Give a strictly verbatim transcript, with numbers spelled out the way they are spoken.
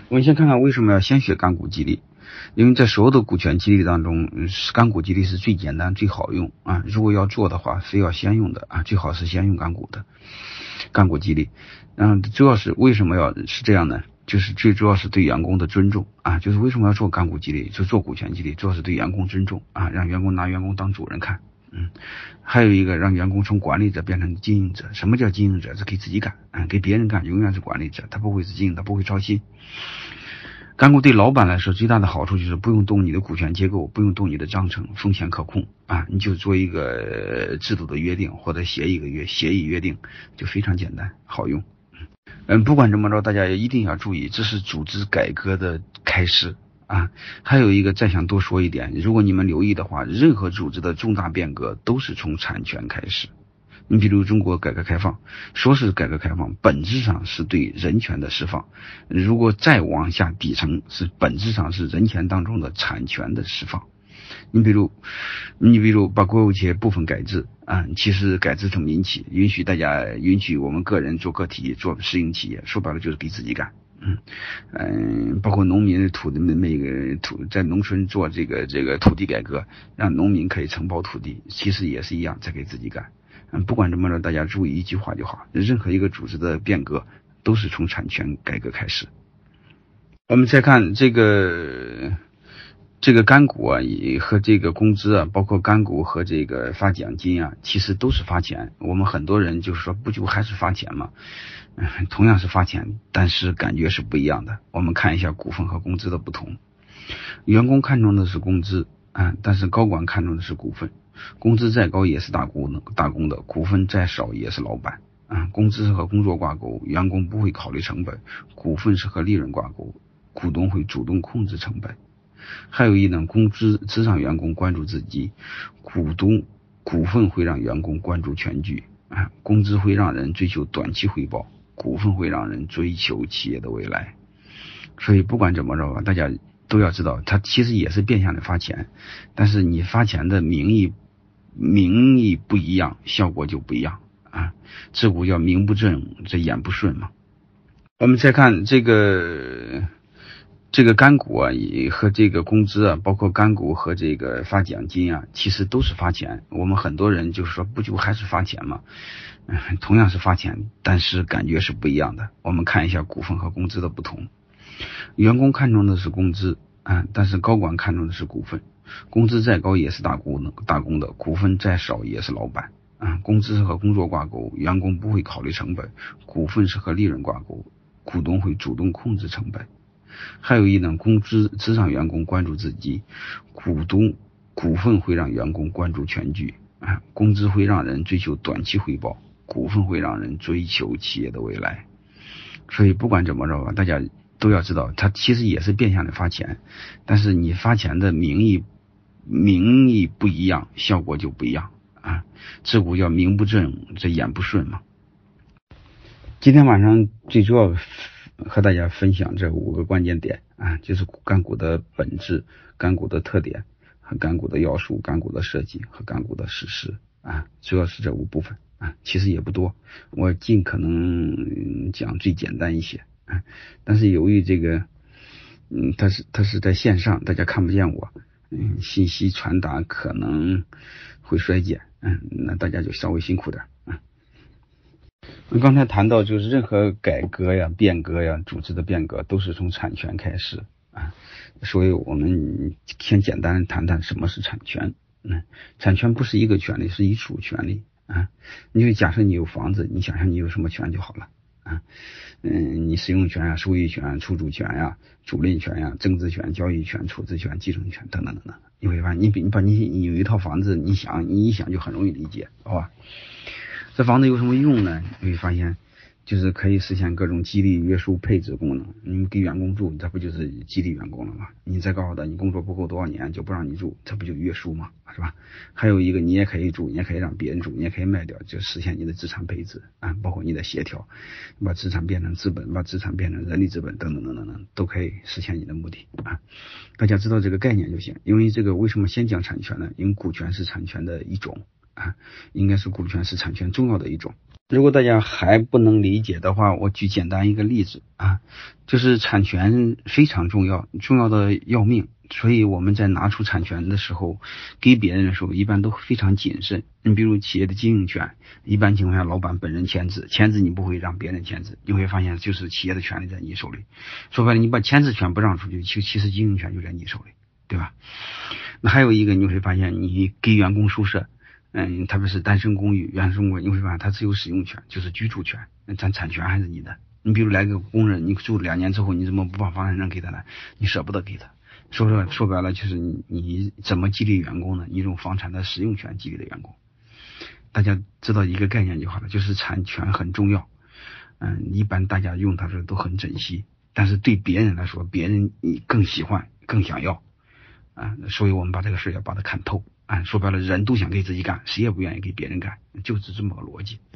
我们先看看为什么要先学干股激励。因为在所有的股权激励当中，干股激励是最简单最好用啊。如果要做的话，非要先用的啊，最好是先用干股的干股激励。嗯，主要是为什么要是这样呢？就是最主要是对员工的尊重啊。就是为什么要做干股激励，就做股权激励，主要是对员工尊重啊，让员工拿员工当主人看。嗯，还有一个让员工从管理者变成经营者。什么叫经营者？是给自己干啊，给别人干永远是管理者，他不会是经营，他不会操心。干股对老板来说最大的好处就是不用动你的股权结构，不用动你的章程，风险可控啊，你就做一个制度的约定或者写一个约协议约定，就非常简单好用。嗯，不管怎么着，大家一定要注意，这是组织改革的开始啊。还有一个再想多说一点，如果你们留意的话，任何组织的重大变革都是从产权开始。你比如中国改革开放，说是改革开放，本质上是对人权的释放。如果再往下底层，是本质上是人权当中的产权的释放。你比如，你比如把国有企业部分改制啊，其实改制成民企，允许大家允许我们个人做个体做私营企业，说白了就是给自己干。嗯嗯，包括农民土的每个土在农村做这个这个土地改革，让农民可以承包土地，其实也是一样在给自己干。嗯，不管怎么着，大家注意一句话就好，任何一个组织的变革都是从产权改革开始。我们再看这个这个干股啊和这个工资啊，包括干股和这个发奖金啊，其实都是发钱。我们很多人就是说不就还是发钱吗？嗯，同样是发钱，但是感觉是不一样的。我们看一下股份和工资的不同。员工看重的是工资啊，但是高管看重的是股份。工资再高也是打工的，打工的股份再少也是老板啊。工资是和工作挂钩，员工不会考虑成本；股份是和利润挂钩，股东会主动控制成本。还有一呢，工资只让员工关注自己，股东股份会让员工关注全局啊。工资会让人追求短期回报，股份会让人追求企业的未来。所以不管怎么着，大家都要知道，它其实也是变相的发钱，但是你发钱的名义名义不一样，效果就不一样啊。这股叫名不正，这言不顺嘛。我们再看这个这个干股啊和这个工资啊，包括干股和这个发奖金啊，其实都是发钱。我们很多人就是说不就还是发钱吗？嗯，同样是发钱，但是感觉是不一样的。我们看一下股份和工资的不同。员工看重的是工资啊，但是高管看重的是股份。工资再高也是打工的，打工的股份再少也是老板啊。工资是和工作挂钩，员工不会考虑成本；股份是和利润挂钩，股东会主动控制成本。还有一呢，工资只让员工关注自己，股东股份会让员工关注全局啊。工资会让人追求短期回报，股份会让人追求企业的未来。所以不管怎么着，大家都要知道，它其实也是变相的发钱，但是你发钱的名义名义不一样，效果就不一样啊。这股叫名不正，这言不顺嘛。今天晚上最主要和大家分享这五个关键点啊，就是干股的本质、干股的特点和干股的要素、干股的设计和干股的实施啊，主要是这五部分啊，其实也不多，我尽可能讲最简单一些啊。但是由于这个，嗯，它是它是在线上，大家看不见我，嗯，信息传达可能会衰减，嗯，那大家就稍微辛苦点啊。那刚才谈到就是任何改革呀、变革呀、组织的变革都是从产权开始啊，所以我们先简单谈谈什么是产权。嗯，产权不是一个权利，是一组权利啊。你就假设你有房子，你想想你有什么权就好了啊。嗯，你使用权呀、收益权、出租权呀、租赁权呀、增值权、交易权、处置权、继承权等等等等。你会发现，你比你把你你有一套房子，你想你一想就很容易理解，好吧？这房子有什么用呢？你会发现就是可以实现各种激励、约束、配置功能。你给员工住，这不就是激励员工了吗？你再告诉他你工作不够多少年就不让你住，这不就约束吗？是吧？还有一个，你也可以住，你也可以让别人住，你也可以卖掉，就实现你的资产配置啊，包括你的协调，把资产变成资本，把资产变成人力资本等等等等等，都可以实现你的目的啊。大家知道这个概念就行。因为这个为什么先讲产权呢？因为股权是产权的一种啊，应该是股权是产权重要的一种。如果大家还不能理解的话，我举简单一个例子啊，就是产权非常重要，重要的要命，所以我们在拿出产权的时候，给别人的时候一般都非常谨慎。你比如企业的经营权，一般情况下老板本人签字，签字你不会让别人签字，你会发现就是企业的权利在你手里。说白了，你把签字权不让出去，其其实经营权就在你手里，对吧？那还有一个你会发现，你给员工宿舍。嗯，特别是单身公寓、原生公寓，你会发现它只有使用权，就是居住权，咱产权还是你的。你比如来个工人，你住两年之后，你怎么不把房产证给他呢？你舍不得给他。说说说白了，就是你你怎么激励员工呢？你用房产的使用权激励的员工。大家知道一个概念就好了，就是产权很重要。嗯，一般大家用它时都很珍惜，但是对别人来说，别人你更喜欢、更想要啊，所以我们把这个事要把它看透。啊，说白了，人都想给自己干，谁也不愿意给别人干，就是这么个逻辑。